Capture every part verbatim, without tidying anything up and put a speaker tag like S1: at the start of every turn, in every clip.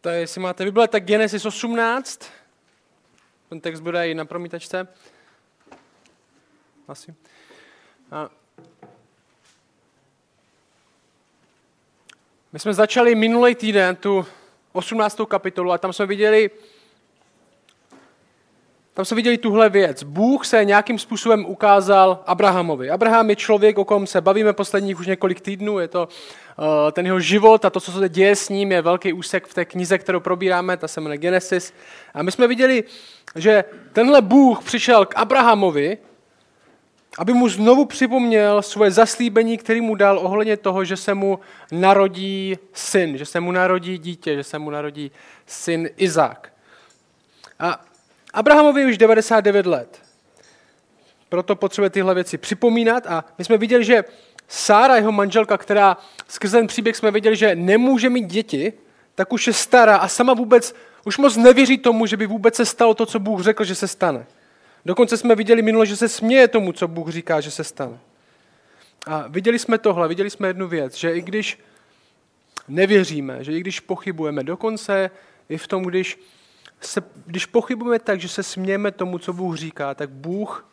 S1: Tak jestli máte Bible, tak Genesis osmnáct. Ten text bude i na promítačce. Asi. A my jsme začali minulý týden tu osmnáctou kapitolu a tam jsme viděli Tam jsme viděli tuhle věc. Bůh se nějakým způsobem ukázal Abrahamovi. Abraham je člověk, o kom se bavíme posledních už několik týdnů. Je to uh, ten jeho život a to, co se děje s ním, je velký úsek v té knize, kterou probíráme, ta se jmenuje Genesis. A my jsme viděli, že tenhle Bůh přišel k Abrahamovi, aby mu znovu připomněl svoje zaslíbení, který mu dal ohledně toho, že se mu narodí syn, že se mu narodí dítě, že se mu narodí syn Izák. A Abrahamovi je už devadesát devět let. Proto potřebuje tyhle věci připomínat a my jsme viděli, že Sára, jeho manželka, která skrze ten příběh jsme viděli, že nemůže mít děti, tak už je stará a sama vůbec už moc nevěří tomu, že by vůbec se stalo to, co Bůh řekl, že se stane. Dokonce jsme viděli minule, že se směje tomu, co Bůh říká, že se stane. A viděli jsme tohle, viděli jsme jednu věc, že i když nevěříme, že i když pochybujeme, dokonce i v tom, když Se, když pochybujeme tak, že se smějeme tomu, co Bůh říká, tak Bůh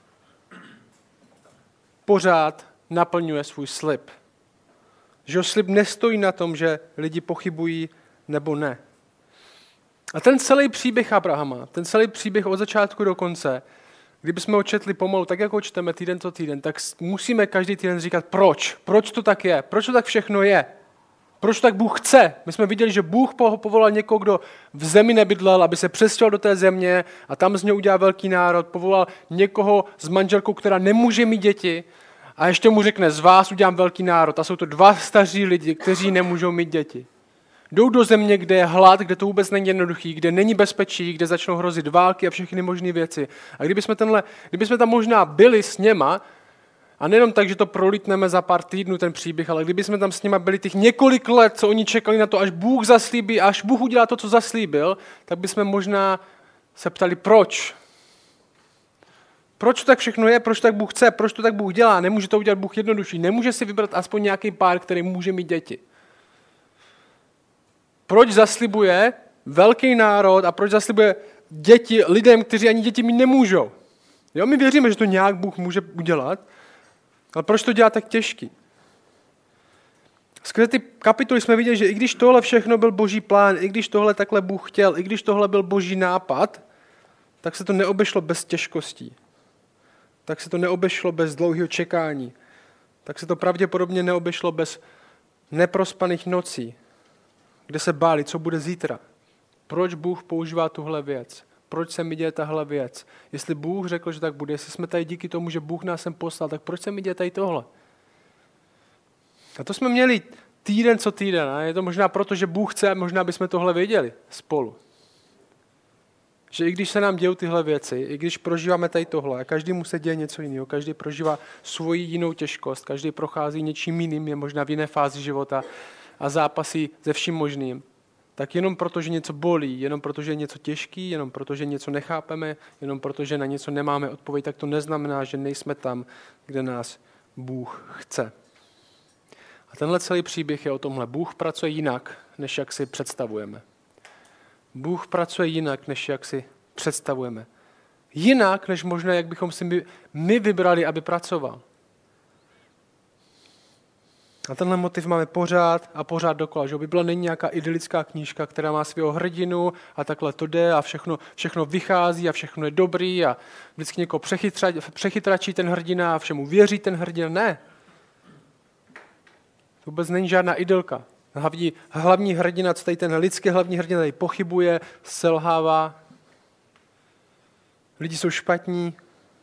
S1: pořád naplňuje svůj slib. Že slib nestojí na tom, že lidi pochybují nebo ne. A ten celý příběh Abrahama, ten celý příběh od začátku do konce, kdybychom ho četli pomalu, tak jako čteme týden to týden, tak musíme každý týden říkat, proč? Proč to tak je? Proč to tak všechno je? Proč tak Bůh chce? My jsme viděli, že Bůh povolal někoho, kdo v zemi nebydlel, aby se přestěhoval do té země a tam z něj udělal velký národ. Povolal někoho s manželkou, která nemůže mít děti a ještě mu řekne, z vás udělám velký národ. A jsou to dva staří lidi, kteří nemůžou mít děti. Jdou do země, kde je hlad, kde to vůbec není jednoduchý, kde není bezpečí, kde začnou hrozit války a všechny možné věci. A kdybychom, tenhle, kdybychom tam možná byli s něma, a nejenom tak, že to prolítneme za pár týdnů ten příběh, ale kdyby jsme tam s nimi byli těch několik let, co oni čekali na to, až Bůh zaslíbí, až Bůh udělá to, co zaslíbil, tak bychom možná se ptali, proč? Proč to tak všechno je? Proč to tak Bůh chce? Proč to tak Bůh dělá? Nemůže to udělat Bůh jednodušší? Nemůže si vybrat aspoň nějaký pár, který může mít děti? Proč zaslibuje velký národ a proč zaslibuje děti lidem, kteří ani děti mít nemůžou? Jo, my věříme, že to nějak Bůh může udělat, ale proč to dělá tak těžký? Skrze ty kapitoly jsme viděli, že i když tohle všechno byl boží plán, i když tohle takhle Bůh chtěl, i když tohle byl boží nápad, tak se to neobešlo bez těžkostí. Tak se to neobešlo bez dlouhého čekání. Tak se to pravděpodobně neobešlo bez neprospaných nocí, kde se báli, co bude zítra. Proč Bůh používá tuhle věc? Proč se mi děje tahle věc? Jestli Bůh řekl, že tak bude, jestli jsme tady díky tomu, že Bůh nás sem poslal, tak proč se mi děje tady tohle? A to jsme měli týden co týden. A je to možná proto, že Bůh chce, možná bychom tohle věděli spolu. Že i když se nám dějou tyhle věci, i když prožíváme tady tohle, a každému se děje něco jiného, každý prožívá svoji jinou těžkost, každý prochází něčím jiným, je možná v jiné fázi života a zápasí se vším možným, tak jenom proto, že něco bolí, jenom proto, že je něco těžký, jenom proto, že něco nechápeme, jenom proto, že na něco nemáme odpověď, tak to neznamená, že nejsme tam, kde nás Bůh chce. A tenhle celý příběh je o tomhle. Bůh pracuje jinak, než jak si představujeme. Bůh pracuje jinak, než jak si představujeme. Jinak, než možná, jak bychom si my vybrali, aby pracoval. A tenhle motiv máme pořád a pořád dokola. Že Bible není nějaká idylická knížka, která má svého hrdinu a takhle to jde a všechno, všechno vychází a všechno je dobrý a vždycky někoho přechytračí ten hrdina a všemu věří ten hrdina. Ne. To vůbec není žádná idylka. Hlavní, hlavní hrdina, co tady ten lidský hlavní hrdina tady pochybuje, selhává. Lidi jsou špatní.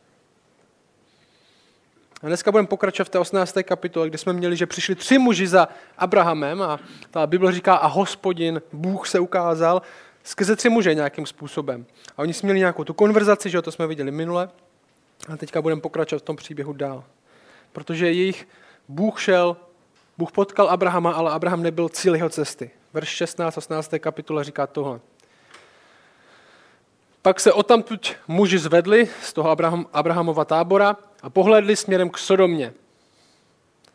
S1: A dneska budeme pokračovat v té osmnácté kapitole, kde jsme měli, že přišli tři muži za Abrahamem a ta Bible říká a Hospodin, Bůh se ukázal skrze tři muže nějakým způsobem. A oni měli nějakou tu konverzaci, že to jsme viděli minule. A teďka budeme pokračovat v tom příběhu dál. Protože jejich Bůh šel, Bůh potkal Abrahama, ale Abraham nebyl cíl jeho cesty. Verš šestnáct, osmnácté kapitole říká tohle. Pak se odtamtud muži zvedli z toho Abraham, Abrahamova tábora a pohlédli směrem k Sodomě.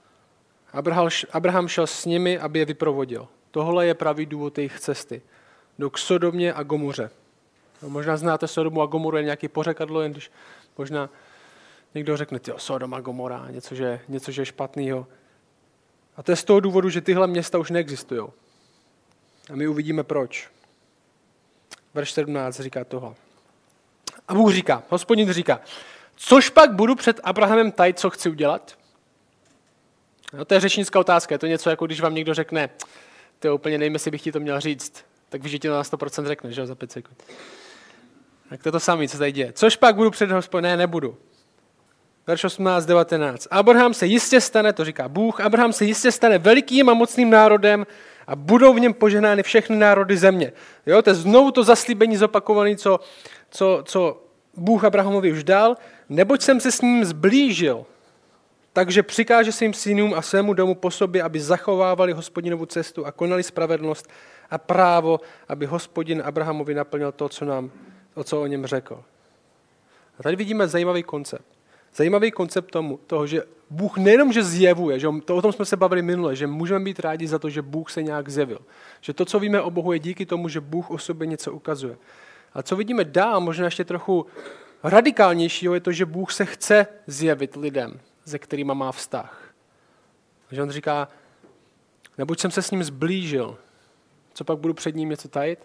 S1: Abraham, Abraham šel s nimi, aby je vyprovodil. Tohle je pravý důvod jejich cesty. jdou k Sodomě a Gomoře. No, možná znáte Sodomu a Gomoru, je nějaký pořekadlo, jen když možná někdo řekne, tyjo, Sodoma, Gomora, něco, že, něco, že je špatnýho. A to je z toho důvodu, že tyhle města už neexistují. A my uvidíme proč. Verš sedmnáct říká tohle. A Bůh říká, Hospodin říká, což pak budu před Abrahamem tajit, co chci udělat? No, to je řečnická otázka, je to něco, jako když vám někdo řekne, to je úplně nevím, jestli bych ti to měl říct, tak víš, že ti to na sto procent řekne, že jo, za pět sekund. Tak to je to samé, co tady děje. Což pak budu před Hospodinem? Ne, nebudu. Verš osmnáct devatenáct. Abraham se jistě stane, to říká Bůh, Abraham se jistě stane velikým a mocným národem a budou v něm požehnány všechny národy země. Jo, to je znovu to zaslíbení zopakované, co, co, co Bůh Abrahamovi už dal, neboť jsem se s ním zblížil, takže přikáže svým synům a svému domu po sobě, aby zachovávali Hospodinovu cestu a konali spravedlnost a právo, aby Hospodin Abrahamovi naplnil to, co nám, to, co o něm řekl. A tady vidíme zajímavý koncept. Zajímavý koncept tomu, toho, že Bůh nejenom, že zjevuje, že to, o tom jsme se bavili minule, že můžeme být rádi za to, že Bůh se nějak zjevil. Že to, co víme o Bohu, je díky tomu, že Bůh o sobě něco ukazuje. A co vidíme dál, možná ještě trochu radikálnějšího, je to, že Bůh se chce zjevit lidem, se kterýma má vztah. Že on říká, neboť jsem se s ním zblížil, co pak budu před ním něco tajit?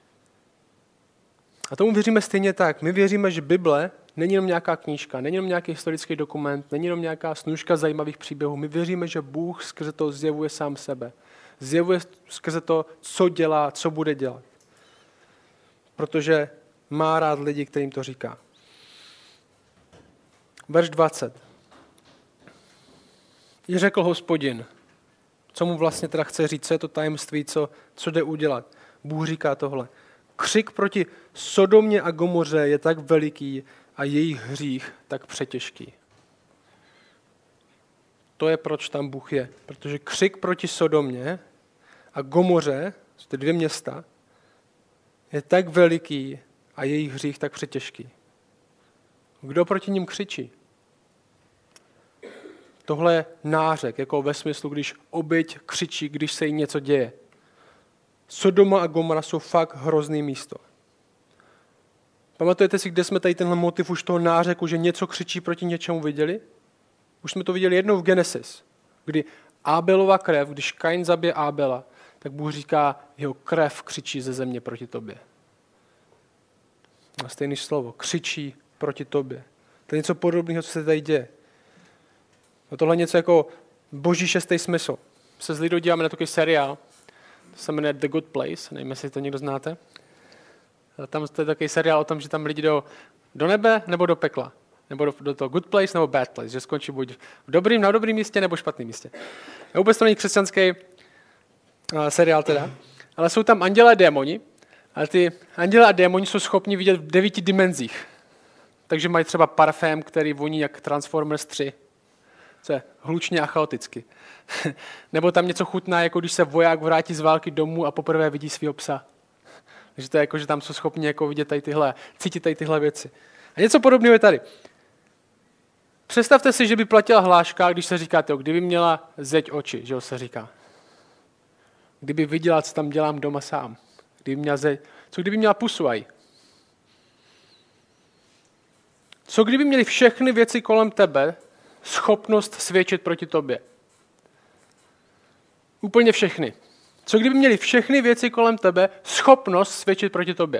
S1: A tomu věříme stejně tak. My věříme, že Bible není jenom nějaká knížka, není jenom nějaký historický dokument, není jenom nějaká snůžka zajímavých příběhů. My věříme, že Bůh skrze to zjevuje sám sebe. Zjevuje skrze to, co dělá, co bude dělat. Protože má rád lidi, kterým to říká. Verš dvacet. I řekl Hospodin, co mu vlastně teda chce říct, co je to tajemství, co, co jde udělat. Bůh říká tohle. Křik proti Sodomě a Gomoře je tak veliký a jejich hřích tak přetěžký. To je, proč tam Bůh je. Protože křik proti Sodomě a Gomoře, ty dvě města, je tak veliký a jejich hřích tak přetěžký. Kdo proti ním křičí? Tohle je nářek, jako ve smyslu, když oběť křičí, když se jí něco děje. Sodoma a Gomora jsou fakt hrozný místo. Pamatujete si, kde jsme tady tenhle motiv už toho nářeku, že něco křičí proti něčemu viděli? Už jsme to viděli jednou v Genesis, kdy Ábelova krev, když Kain zabije Ábela, tak Bůh říká, jeho krev křičí ze země proti tobě. A stejné slovo, křičí proti tobě. To je něco podobného, co se tady děje. A tohle je něco jako boží šestý smysl. Se s lidou díváme na takový seriál, to se jmenuje The Good Place, nevím, jestli to někdo znáte. A tam to je takový seriál o tom, že tam lidi jdou do nebe nebo do pekla. Nebo do, do toho good place nebo bad place, že skončí buď v dobrým, na dobrým místě nebo špatným místě. A vůbec to není křesťanský uh, seriál teda, ale jsou tam anděle a démoni, ale ty anděle a démoni jsou schopni vidět v devíti dimenzích. Takže mají třeba parfém, který voní jak Transformers tři. Co je hlučně a chaoticky. Nebo tam něco chutná, jako když se voják vrátí z války domů a poprvé vidí svého psa. Takže to je jako, že tam jsou schopni jako vidět tady tyhle, cítit tady tyhle věci. A něco podobného je tady. Představte si, že by platila hláška, když se říká, jo, kdyby měla zeď oči, že jo, se říká. Kdyby viděla, co tam dělám doma sám. Kdyby měla zeď, co kdyby měla pusu aj? Co kdyby měly všechny věci kolem tebe schopnost svědčit proti tobě? Úplně všechny. Co kdyby měly všechny věci kolem tebe schopnost svědčit proti tobě?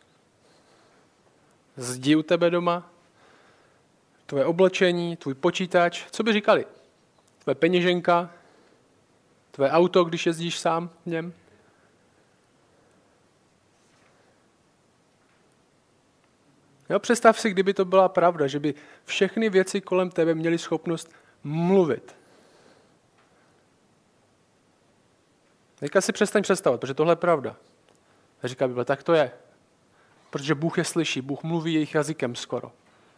S1: Zdi u tebe doma, tvoje oblečení, tvůj počítač, co by říkali? Tvoje peněženka, tvoje auto, když jezdíš sám v něm? Jo, představ si, kdyby to byla pravda, že by všechny věci kolem tebe měly schopnost mluvit. Teďka si přestaň představovat, protože tohle je pravda. A říká Bible, tak to je. Protože Bůh je slyší, Bůh mluví jejich jazykem skoro.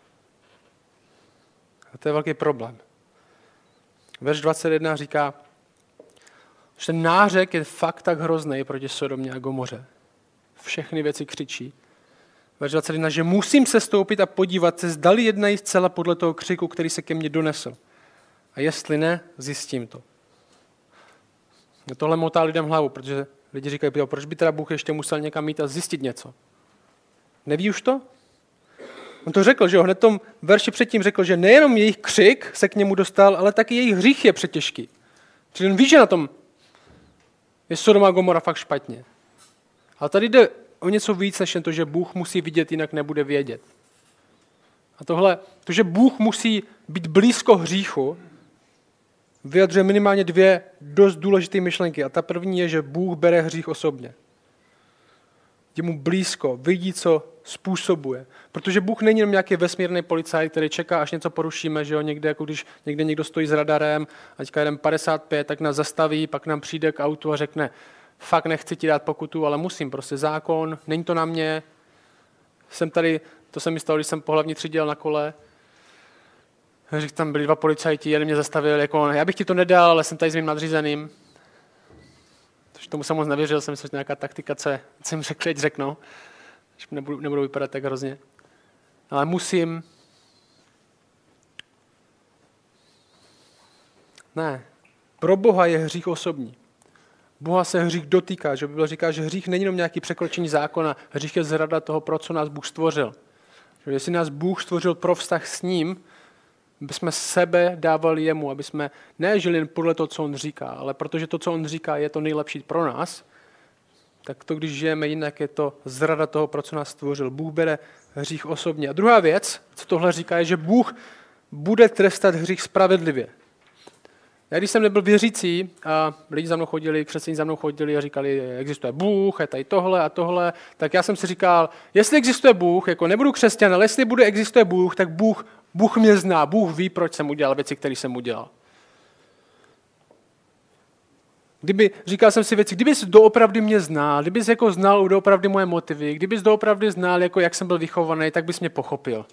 S1: A to je velký problém. Verš dvacet jedna říká, že ten nářek je fakt tak hrozný proti Sodomě a Gomoře. Všechny věci křičí. Verš dvacet jedna, že musím se stoupit a podívat se, zdali jednají zcela podle toho křiku, který se ke mně donesl. A jestli ne, zjistím to. Tohle motá lidem hlavu, protože Lidi říkají, proč by teda Bůh ještě musel někam jít a zjistit něco? Neví už to? On to řekl, že jo, hned tom verši předtím řekl, že nejenom jejich křik se k němu dostal, ale taky jejich hřích je přetěžký. Čili on ví, že na tom je Sodoma a Gomora fakt špatně. Ale tady jde o něco víc, než jen to, že Bůh musí vidět, jinak nebude vědět. A tohle, to, že Bůh musí být blízko hříchu, vyjadřuje minimálně dvě dost důležité myšlenky. A ta první je, že Bůh bere hřích osobně. Je mu blízko, vidí, co způsobuje. Protože Bůh není jenom nějaký vesmírný policajt, který čeká, až něco porušíme, že jo, někde, jako když někde někdo stojí s radarem, a teďka jedem padesát pět, tak nás zastaví, pak nám přijde k autu a řekne, fakt nechci ti dát pokutu, ale musím, prostě zákon, není to na mě. Jsem tady, to se mi stalo, když jsem po hlavní třídě jel na kole, že tam byli dva policajti, jeden mě zastavil, jako, já bych ti to nedal, ale jsem tady s mým nadřízeným. Což tomu jsem moc nevěřil, jsem myslel, že nějaká taktika, co jim řekli, ať řeknou, že nebudu, nebudu vypadat tak hrozně. Ale musím. Ne. Pro Boha je hřích osobní. Boha se hřích dotýká, že Bible říká, že hřích není jenom nějaký překročení zákona, hřích je zrada toho, pro co nás Bůh stvořil. Že jestli nás Bůh stvořil pro vztah s ním, aby jsme sebe dávali jemu, aby jsme nežili jen podle toho, co on říká, ale protože to, co on říká, je to nejlepší pro nás, tak to, když žijeme jinak, je to zrada toho, pro co nás stvořil. Bůh bere hřích osobně. A druhá věc, co tohle říká, je, že Bůh bude trestat hřích spravedlivě. Já když jsem nebyl věřící a lidi za mnou chodili, křesťané za mnou chodili a říkali, existuje Bůh, je tady tohle a tohle, tak já jsem si říkal, jestli existuje Bůh, jako nebudu křesťan, ale jestli bude existuje Bůh, tak Bůh, Bůh mě zná, Bůh ví, proč jsem udělal věci, které jsem udělal. Kdyby, říkal jsem si věci, kdybys doopravdy mě znal, kdybys jako znal doopravdy moje motivy, kdybys doopravdy znal, jako jak jsem byl vychovaný, tak bys mě pochopil.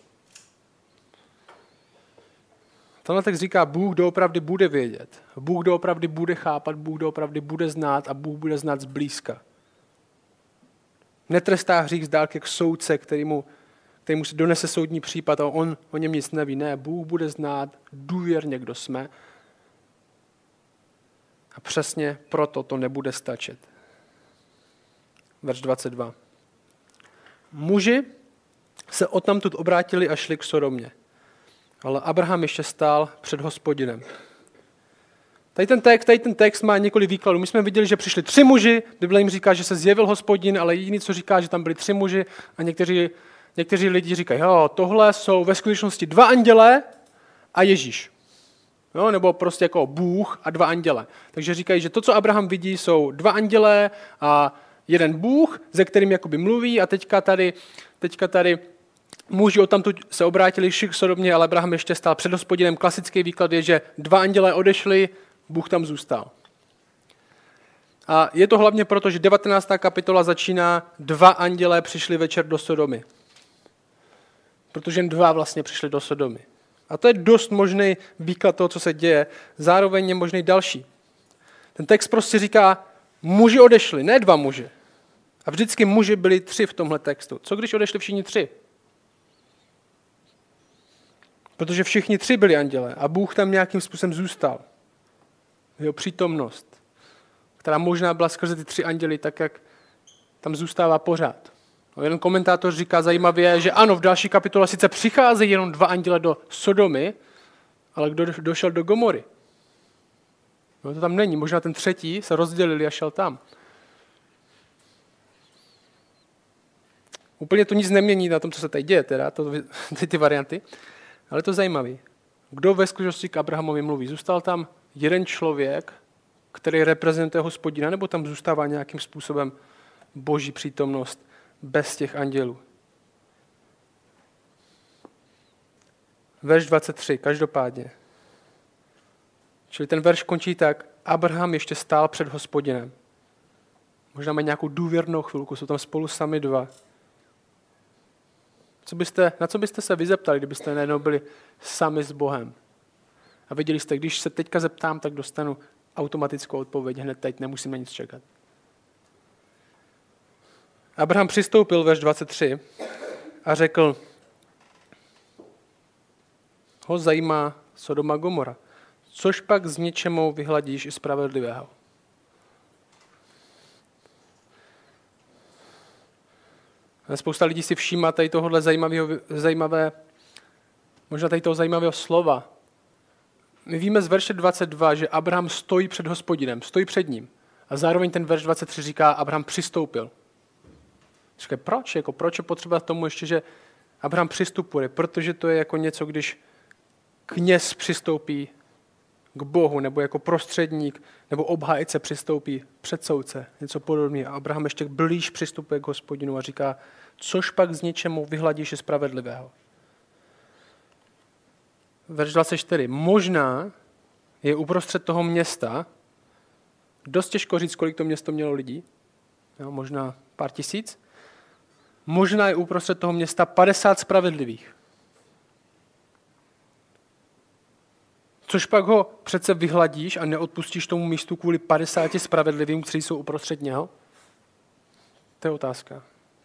S1: Tenhle text říká, Bůh doopravdy bude vědět, Bůh doopravdy bude chápat, Bůh doopravdy bude znát a Bůh bude znát zblízka. Netrestá hřích z dálky jak soudce, který mu, který mu si donese soudní případ a on o něm nic neví. Ne, Bůh bude znát důvěrně, kdo jsme. A přesně proto to nebude stačit. Verš dvacet dva. Muži se odtamtud obrátili a šli k Sodomě. Ale Abraham ještě stál před Hospodinem. Tady ten text, tady ten text má několik výkladů. My jsme viděli, že přišli tři muži, Bible jim říká, že se zjevil Hospodin, ale jediný, co říká, že tam byli tři muži a někteří, někteří lidi říkají, jo, tohle jsou ve skutečnosti dva andělé a Ježíš. Jo, nebo prostě jako Bůh a dva anděle. Takže říkají, že to, co Abraham vidí, jsou dva andělé a jeden Bůh, ze kterým jakoby mluví a teďka tady, teďka tady muži odtamtud se obrátili šik Sodomě, ale Abraham ještě stál před Hospodinem. Klasický výklad je, že dva andělé odešli, Bůh tam zůstal. A je to hlavně proto, že devatenáctá kapitola začíná, dva andělé přišli večer do Sodomy. Protože jen dva vlastně přišli do Sodomy. A to je dost možný výklad toho, co se děje. Zároveň je možný další. Ten text prostě říká, muži odešli, ne dva muži. A vždycky muži byli tři v tomhle textu. Co když odešli všichni tři? Protože všichni tři byli andělé a Bůh tam nějakým způsobem zůstal. Jeho přítomnost, která možná byla skrze ty tři anděly, tak jak tam zůstává pořád. A jeden komentátor říká zajímavě, že ano, v další kapitole sice přicházejí jenom dva anděle do Sodomy, ale kdo došel do Gomory? No to tam není, možná ten třetí se rozdělili a šel tam. Úplně to nic nemění na tom, co se tady děje, teda, to, ty, ty varianty. Ale to je zajímavý. Kdo ve skutečnosti k Abrahamovi mluví? Zůstal tam jeden člověk, který reprezentuje Hospodina, nebo tam zůstává nějakým způsobem boží přítomnost bez těch andělů? Verš dvacet tři, každopádně. Čili ten verš končí tak, Abraham ještě stál před Hospodinem. Možná mají nějakou důvěrnou chvilku, jsou tam spolu sami dva. Co byste, na co byste se vyzeptali, kdybyste najednou byli sami s Bohem? A viděli jste, když se teďka zeptám, tak dostanu automatickou odpověď hned teď, nemusím na nic čekat. Abraham přistoupil, verš dvacet tři, a řekl, ho zajímá Sodoma Gomora, což pak z něčemu vyhladíš i spravedlivého. Spousta lidí si všímá tady tohohle zajímavého, zajímavé, možná tady toho zajímavého slova. My víme z verše dvacet dva, že Abraham stojí před Hospodinem, stojí před ním. A zároveň ten verš dvacet tři říká, Abraham přistoupil. Říká, proč? Jako, proč je potřeba tomu ještě, že Abraham přistupuje? Protože to je jako něco, když kněz přistoupí k Bohu, nebo jako prostředník, nebo obhájce přistoupí před soudce, něco podobného. A Abraham ještě blíž přistupuje k Hospodinu a říká, což pak z něčemu vyhladíš spravedlivého. Verš dvacet čtyři. Možná je uprostřed toho města, dost těžko říct, kolik to město mělo lidí, jo, možná pár tisíc, možná je uprostřed toho města padesát spravedlivých. Což pak ho přece vyhladíš a neodpustíš tomu místu kvůli padesáti spravedlivým, kteří jsou uprostřed něho? To je otázka.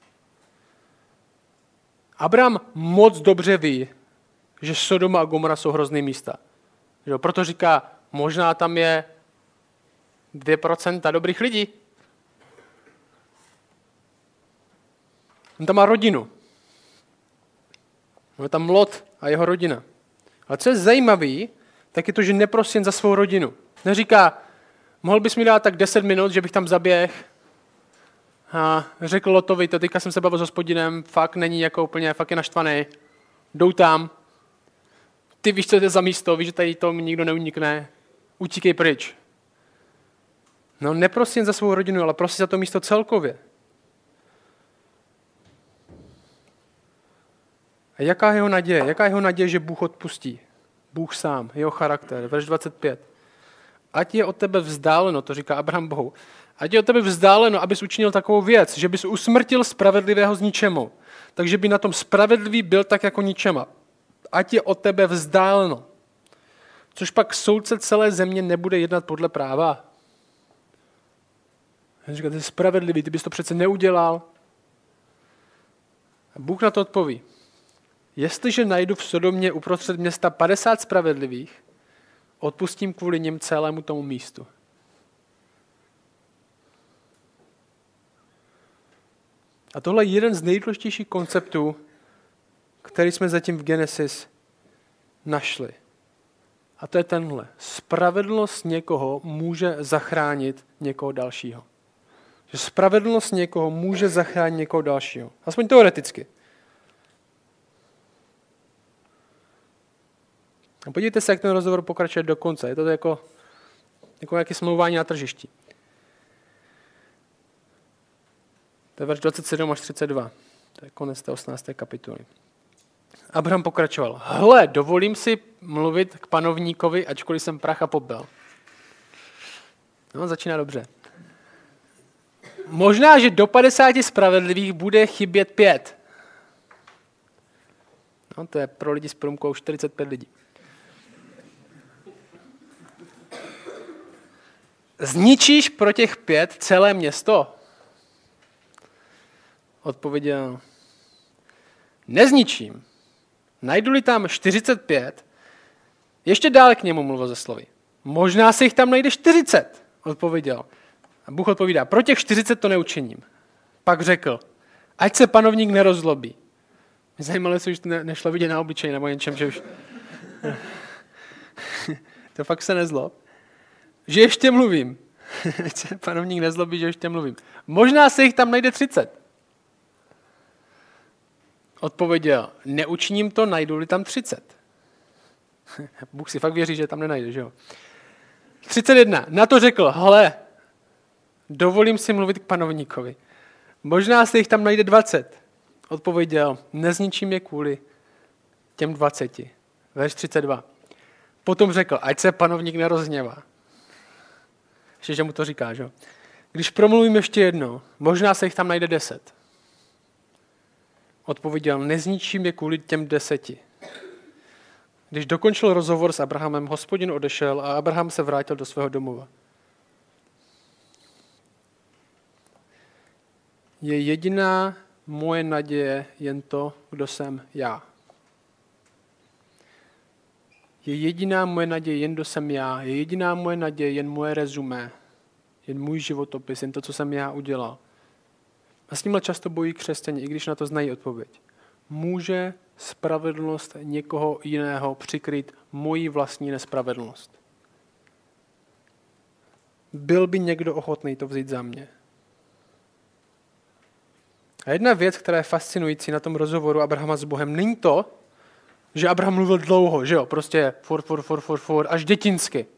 S1: Abraham moc dobře ví, že Sodoma a Gomora jsou hrozný místa. Že? Proto říká, možná tam je dvě procenta dobrých lidí. On tam má rodinu. On je tam Lot a jeho rodina. Ale co je zajímavý, tak je to, že neprosí jen za svou rodinu. Neříká, mohl bys mi dát tak deset minut, že bych tam zaběh a řekl Lotovi, to teďka jsem se bavil s Hospodinem, fakt není jako úplně, fakt je naštvaný. Jdou tam, ty víš, co to je za místo, víš, že tady to mi nikdo neunikne, utíkej pryč. No neprosí jen za svou rodinu, ale prosí za to místo celkově. A jaká je jeho naděje? Jaká je jeho naděje, že Bůh odpustí? Bůh sám, jeho charakter. Verš dvacet pět. Ať je od tebe vzdáleno, to říká Abraham Bohu, ať je od tebe vzdáleno, abys učinil takovou věc, že bys usmrtil spravedlivého z ničemu. Takže by na tom spravedlivý byl tak jako ničema. Ať je od tebe vzdáleno. Což pak soudce celé země nebude jednat podle práva. Říká, ty jsi spravedlivý, ty bys to přece neudělal. A Bůh na to odpoví. Jestliže najdu v Sodomě uprostřed města padesát spravedlivých, odpustím kvůli nim celému tomu místu. A tohle je jeden z nejdůležitějších konceptů, který jsme zatím v Genesis našli. A to je tenhle. Spravedlnost někoho může zachránit někoho dalšího. Že spravedlnost někoho může zachránit někoho dalšího. Aspoň teoreticky. A podívejte se, jak ten rozhovor pokračuje do konce. Je to jako, jako nějaké smlouvání na tržišti. To je verš dvacet sedm až třicet dva. To je konec té osmnácté kapitoly. Abraham pokračoval. Hle, dovolím si mluvit k panovníkovi, ačkoliv jsem prach a popel. No, začíná dobře. Možná, že do padesáti spravedlivých bude chybět pět. No, to je pro lidi s průmkou čtyřicet pět lidí. Zničíš pro těch pět celé město? Odpověděl, nezničím. Najdu-li tam čtyřicet pět, ještě dále k němu mluvil ze slovy. Možná se jich tam najde čtyřicet, odpověděl. A Bůh odpovídá, pro těch čtyřicet to neučiním. Pak řekl, ať se panovník nerozlobí. Mě zajímalo, jestli už ne, nešlo vidět na obličeji nebo něčem, že už... To fakt se nezlob. Že ještě mluvím. Ať se panovník nezlobí, že ještě mluvím. Možná se jich tam najde třicet. Odpověděl, neučiním to, najdu-li tam třicet. Bůh si fakt věří, že tam nenajde, že jo? třicet jedna. Na to řekl, hle, dovolím si mluvit k panovníkovi. Možná se jich tam najde dvacet. Odpověděl, nezničím je kvůli těm dvaceti. Verš třicet dva. Potom řekl, ať se panovník nerozhněvá. Ještě, že mu to říká, že jo? Když promluvím ještě jednou, možná se jich tam najde deset. Odpověděl, nezničím je kvůli těm deseti. Když dokončil rozhovor s Abrahamem, Hospodin odešel a Abraham se vrátil do svého domova. Je jediná moje naděje jen to, kdo jsem já. Je jediná moje naděje jen kdo jsem já. Je jediná moje naděje jen moje rezumé. Jen můj životopis, jen to, co jsem já udělal. A s tímhle často bojí křesťané, i když na to znají odpověď. Může spravedlnost někoho jiného přikrýt moji vlastní nespravedlnost? Byl by někdo ochotný to vzít za mě? A jedna věc, která je fascinující na tom rozhovoru Abrahama s Bohem, není to, že Abraham mluvil dlouho, že jo, prostě furt, furt, furt, furt, furt, až dětinsky.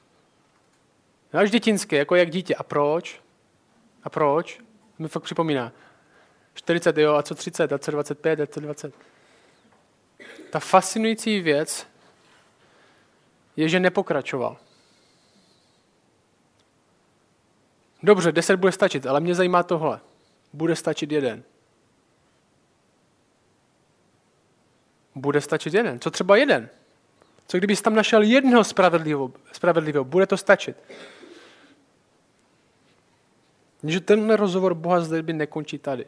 S1: Až dětinsky, jako jak dítě. A proč? A proč? Mi fakt připomíná. čtyřicet, jo, a co třicet, a co dvacet pět, a co dvacet. Ta fascinující věc je, že nepokračoval. Dobře, deset bude stačit, ale mě zajímá tohle. Bude stačit jeden. Bude stačit jeden. Co třeba jeden? Co kdybys tam našel jednoho spravedlivého? spravedlivého? Bude to stačit. Že tenhle rozhovor Boha zde by nekončí tady.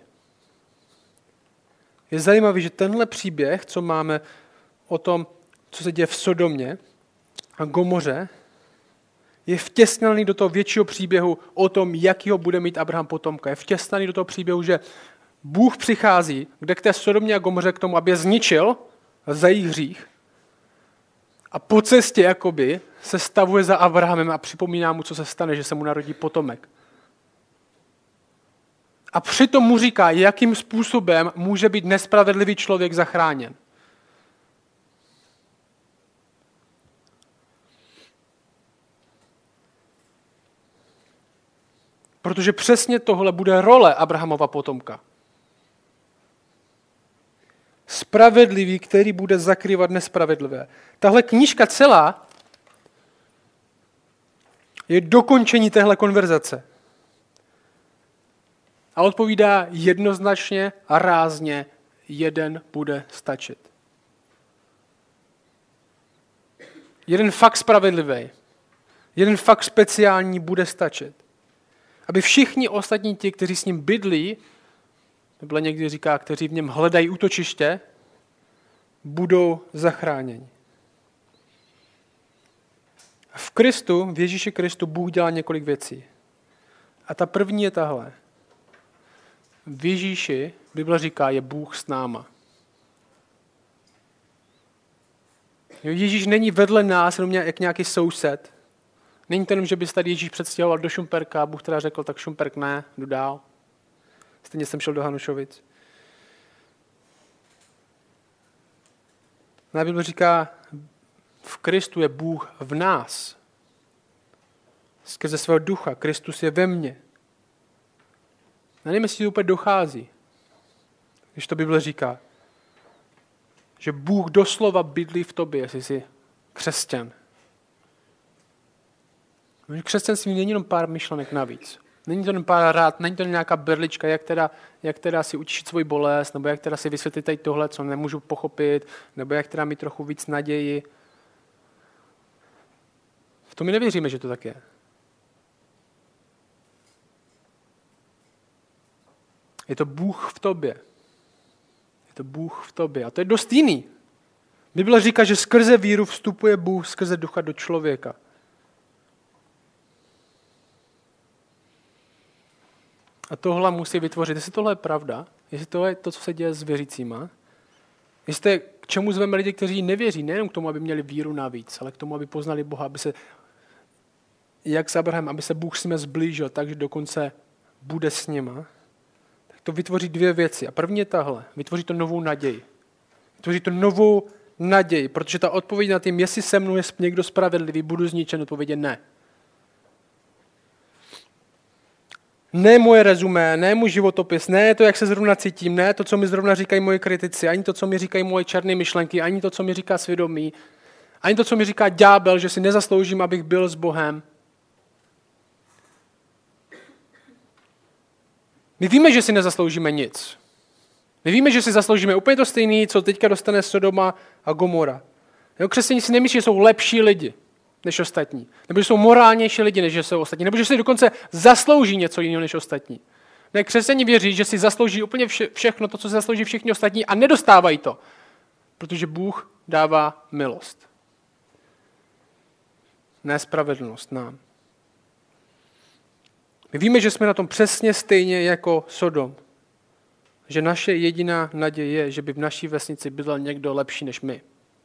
S1: Je zajímavý, že tenhle příběh, co máme o tom, co se děje v Sodomě a Gomoře, je vtěsnaný do toho většího příběhu o tom, jakýho bude mít Abraham potomka. Je vtěsnaný do toho příběhu, že Bůh přichází, kde k té Sodomě a Gomoře k tomu, aby je zničil za jejich hřích. A po cestě jakoby se stavuje za Abrahamem a připomíná mu, co se stane, že se mu narodí potomek. A přitom mu říká, jakým způsobem může být nespravedlivý člověk zachráněn. Protože přesně tohle bude role Abrahamova potomka. Spravedlivý, který bude zakrývat nespravedlivé. Tahle knížka celá je dokončení téhle konverzace. A odpovídá jednoznačně a rázně, jeden bude stačit. Jeden fakt spravedlivý, jeden fakt speciální bude stačit. Aby všichni ostatní ti, kteří s ním bydlí, Bible někdy říká, kteří v něm hledají útočiště, budou zachráněni. V Kristu, v Ježíši Kristu, Bůh dělá několik věcí. A ta první je tahle. V Ježíši, Bible říká, je Bůh s náma. Ježíš není vedle nás, jenom jak nějaký soused. Není to jenom, že by se tady Ježíš předstěhoval do Šumperka a Bůh teda řekl, tak Šumperk ne, jdu dál. Stejně jsem šel do Hanušovic. Na Bible říká, v Kristu je Bůh v nás. Skrze svého ducha. Kristus je ve mně. A nevím, jestli to úplně dochází, když to Bible říká, že Bůh doslova bydlí v tobě, jestli jsi křesťan. Křesťanství není jenom pár myšlenek navíc. Není to jen pár rád, není to jen nějaká berlička, jak teda, jak teda si utěšit svoji bolest, nebo jak teda si vysvětlit tady tohle, co nemůžu pochopit, nebo jak teda mít trochu víc naději. V tom my nevěříme, že to tak je. Je to Bůh v tobě. Je to Bůh v tobě. A to je dost jiný. Bible říká, že skrze víru vstupuje Bůh skrze ducha do člověka. A tohle musí vytvořit. Jestli tohle je pravda, jestli to je to, co se děje s věřícíma, jestli to je, k čemu zveme lidi, kteří nevěří, nejenom k tomu, aby měli víru navíc, ale k tomu, aby poznali Boha, aby se, jak s Abrahamem, aby se Bůh s nimi zblížil, takže dokonce bude s nima, tak to vytvoří dvě věci. A první je tahle. Vytvoří to novou naději. Vytvoří to novou naději, protože ta odpověď na tím, jestli se mnou je někdo spravedlivý, budu zničen, odpověď je ne. Ne moje rezumé, ne můj životopis, ne to, jak se zrovna cítím, ne to, co mi zrovna říkají moje kritici, ani to, co mi říkají moje černé myšlenky, ani to, co mi říká svědomí, ani to, co mi říká ďábel, že si nezasloužím, abych byl s Bohem. My víme, že si nezasloužíme nic. My víme, že si zasloužíme úplně to stejné, co teďka dostane Sodoma a Gomora. Jo, křesťané si nemyslí, že jsou lepší lidi než ostatní. Nebo že jsou morálnější lidi, než že jsou ostatní. Nebo že si dokonce zaslouží něco jiného než ostatní. Ne, křesťané věří, že si zaslouží úplně vše, všechno to, co si zaslouží všichni ostatní a nedostávají to. Protože Bůh dává milost. Ne spravedlnost nám. My víme, že jsme na tom přesně stejně jako Sodom. že naše jediná naděje je, že by v naší vesnici bydlel někdo lepší než my.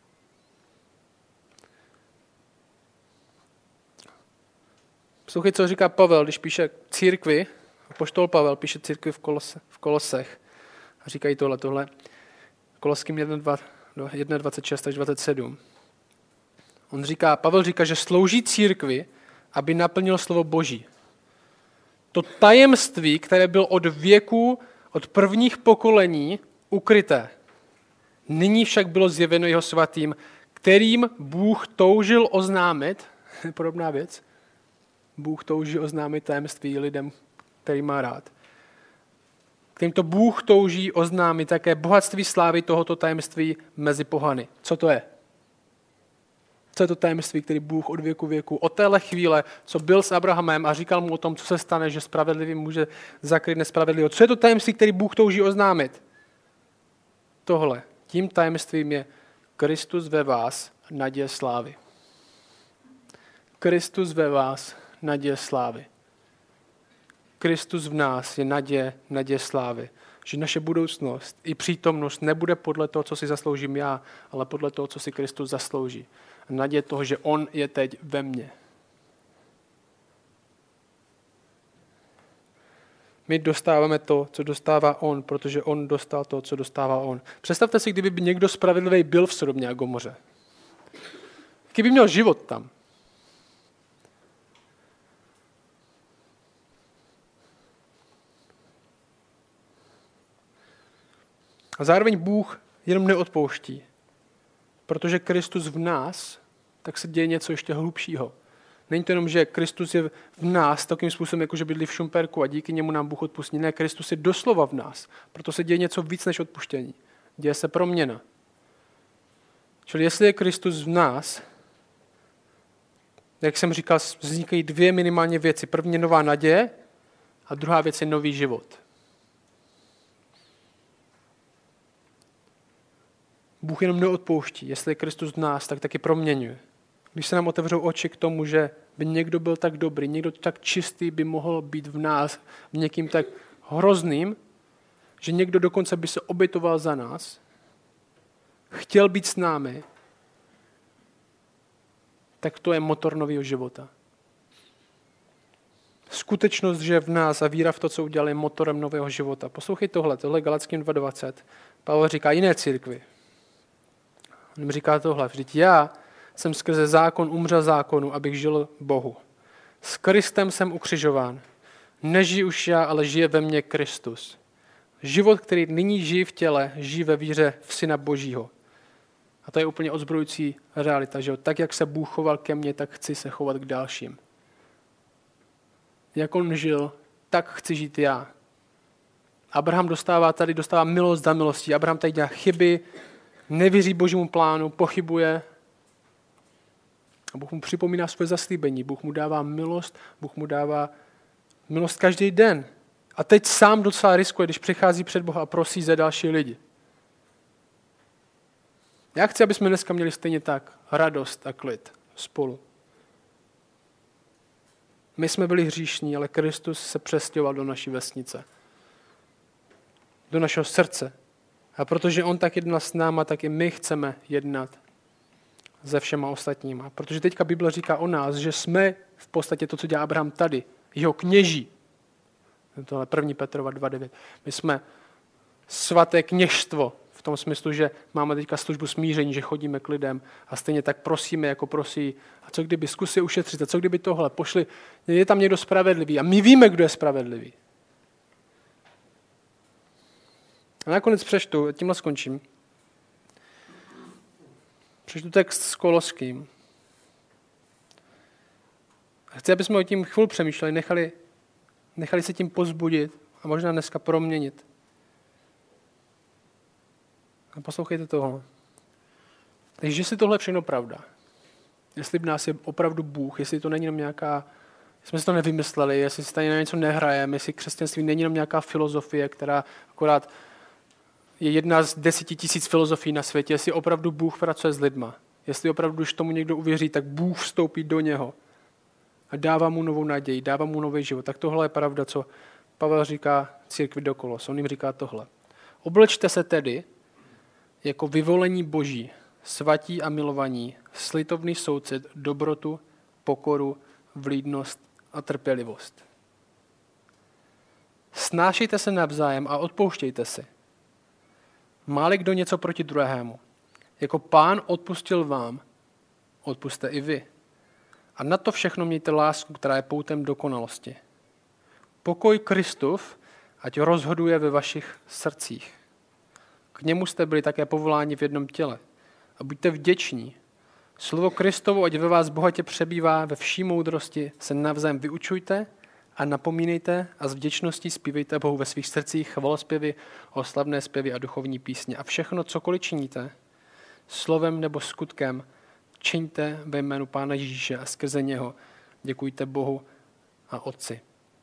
S1: Poslouchej, co říká Pavel, když píše církvi, apoštol Pavel píše církvi v, Kolose, v Kolosech a říkají tohle, tohle, Koloským jedna dvacet šest až dvacet sedm. On říká, Pavel říká, že slouží církvi, aby naplnil slovo Boží. To tajemství, které bylo od věku, od prvních pokolení ukryté. Nyní však bylo zjeveno jeho svatým, kterým Bůh toužil oznámit, podobná věc, Bůh touží oznámit tajemství lidem, který má rád. Kterým to Bůh touží oznámit také bohatství slávy tohoto tajemství mezi pohany. Co to je? Co je to tajemství, který Bůh od věku věku, od téhle chvíle, co byl s Abrahamem a říkal mu o tom, co se stane, že spravedlivý může zakryt nespravedlivého. Co je to tajemství, který Bůh touží oznámit? Tohle. Tím tajemstvím je Kristus ve vás, naděje slávy. Kristus ve vás, naděje slávy. Kristus v nás je naděje, naděje slávy. Že naše budoucnost i přítomnost nebude podle toho, co si zasloužím já, ale podle toho, co si Kristus zaslouží. A naděje toho, že on je teď ve mně. My dostáváme to, co dostává on, protože on dostal to, co dostává on. Představte si, kdyby někdo spravedlivý byl v Sodomě a Gomoře. Kdyby měl život tam. A zároveň Bůh jenom neodpouští. Protože Kristus v nás, tak se děje něco ještě hlubšího. Není to jenom, že Kristus je v nás takovým způsobem, jako že bydlí v šumperku a díky němu nám Bůh odpustí. Ne, Kristus je doslova v nás. Proto se děje něco víc než odpuštění. Děje se proměna. Čili jestli je Kristus v nás, jak jsem říkal, vznikají dvě minimálně věci. První je nová naděje a druhá věc je nový život. Bůh jenom neodpouští. Jestli je Kristus v nás, tak taky proměňuje. Když se nám otevřou oči k tomu, že by někdo byl tak dobrý, někdo tak čistý by mohl být v nás, v někým tak hrozným, že někdo dokonce by se obětoval za nás, chtěl být s námi, tak to je motor nového života. Skutečnost, že v nás a víra v to, co udělali, je motorem nového života. Poslouchej tohle, tohle je Galackým dva dvacet. Pavel říká jiné církvi. On jim říká tohle, vždyť já jsem skrze zákon umřel zákonu, abych žil Bohu. S Kristem jsem ukřižován. Nežiji už já, ale žije ve mně Kristus. Život, který nyní žijí v těle, žijí ve víře v Syna Božího. A to je úplně odzbrojující realita, že tak, jak se Bůh choval ke mně, tak chci se chovat k dalším. Jak on žil, tak chci žít já. Abraham dostává tady, dostává milost za milostí. Abraham tady dělá chyby, nevěří Božímu plánu, pochybuje. A Bůh mu připomíná své zaslíbení. Bůh mu dává milost, Bůh mu dává milost každý den. A teď sám docela riskuje, když přichází před Boha a prosí za další lidi. Já chci, aby jsme dneska měli stejně tak radost a klid spolu. My jsme byli hříšní, ale Kristus se přestěhoval do naší vesnice. Do našeho srdce. A protože on tak jednal s náma, tak i my chceme jednat se všema ostatníma. Protože teďka Bible říká o nás, že jsme v podstatě to, co dělá Abraham tady, jeho kněží. Tohle první Petrova dva devět. My jsme svaté kněžstvo v tom smyslu, že máme teďka službu smíření, že chodíme k lidem a stejně tak prosíme, jako prosí. A co kdyby zkusili ušetřit? A co kdyby tohle? Pošli, je tam někdo spravedlivý a my víme, kdo je spravedlivý. A nakonec přečtu, tímhle skončím. Přečtu text s Koloským. A chci, aby jsme o tím chvíli přemýšleli, nechali, nechali se tím pozbudit a možná dneska proměnit. A poslouchejte toho. Takže jestli tohle je všechno pravda, jestli v nás je opravdu Bůh, jestli to není jenom nějaká, jsme si to nevymysleli, jestli si tady na něco nehrajeme, jestli křesťanství není jenom nějaká filozofie, která akorát je jedna z deseti tisíc filozofií na světě, jestli opravdu Bůh pracuje s lidma. Jestli opravdu, když tomu někdo uvěří, tak Bůh vstoupí do něho a dává mu novou naději, dává mu nový život. Tak tohle je pravda, co Pavel říká církvi do Kolos. On jim říká tohle. Oblečte se tedy jako vyvolení Boží, svatí a milovaní, slitovný soucit, dobrotu, pokoru, vlídnost a trpělivost. Snášejte se navzájem a odpouštějte si. Má-li kdo něco proti druhému, jako Pán odpustil vám, odpusťte i vy. A na to všechno mějte lásku, která je poutem dokonalosti. Pokoj Kristův, ať rozhoduje ve vašich srdcích. K němu jste byli také povoláni v jednom těle. A buďte vděční. Slovo Kristovo, ať ve vás bohatě přebývá, ve vší moudrosti se navzájem vyučujte a napomínejte a s vděčností zpívejte Bohu ve svých srdcích chvalospěvy, oslavné zpěvy a duchovní písně. A všechno, cokoliv činíte, slovem nebo skutkem, čiňte ve jménu Pána Ježíše a skrze něho děkujte Bohu a Otci.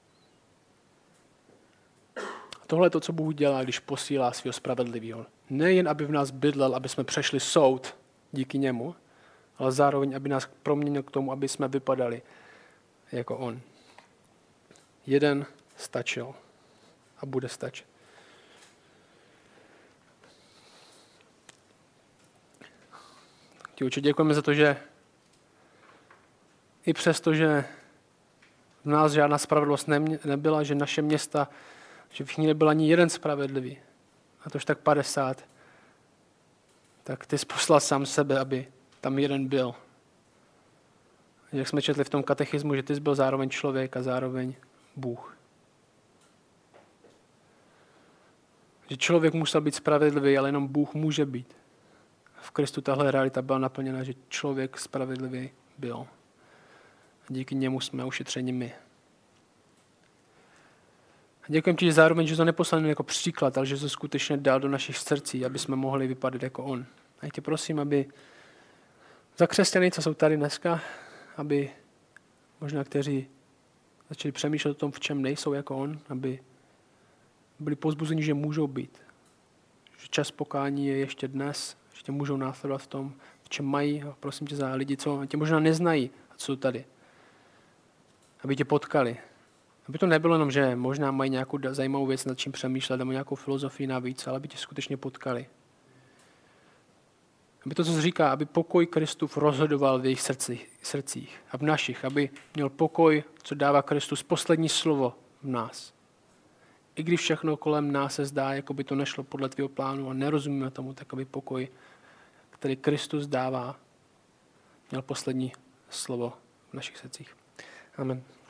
S1: Tohle je to, co Bůh dělá, když posílá svého spravedlivého. Nejen, aby v nás bydlel, aby jsme přešli soud díky němu, ale zároveň, aby nás proměnil k tomu, aby jsme vypadali jako on. Jeden stačil a bude stačit. Ti Otče, děkujeme za to, že i přesto, že v nás žádná spravedlnost nebyla, že naše města, že v ní nebyl ani jeden spravedlivý, a tož tak padesát, tak ty jsi poslal sám sebe, aby tam jeden byl. Jak jsme četli v tom katechismu, že ty jsi byl zároveň člověk a zároveň Bůh. Že člověk musel být spravedlivý, ale jenom Bůh může být. V Kristu tahle realita byla naplněna, že člověk spravedlivý byl. A díky němu jsme ušetřeni my. A děkujem ti, že zároveň, že to neposlal jako příklad, ale že to skutečně dal do našich srdcí, aby jsme mohli vypadat jako on. A já tě prosím, aby za křesťany, co jsou tady dneska, aby možná kteří začali přemýšlet o tom, v čem nejsou jako on, aby byli povzbuzeni, že můžou být. Že čas pokání je ještě dnes, že tě můžou následovat v tom, v čem mají. A prosím tě za lidi, co tě možná neznají a co jsou tady. Aby tě potkali. Aby to nebylo jenom, že možná mají nějakou zajímavou věc, nad čím přemýšlet, nebo nějakou filozofii navíc, ale aby tě skutečně potkali. Aby to, co se říká, aby pokoj Kristův rozhodoval v jejich srdcích, srdcích a v našich, aby měl pokoj, co dává Kristus, poslední slovo v nás. I když všechno kolem nás se zdá, jako by to nešlo podle tvého plánu a nerozumíme tomu, tak aby pokoj, který Kristus dává, měl poslední slovo v našich srdcích. Amen.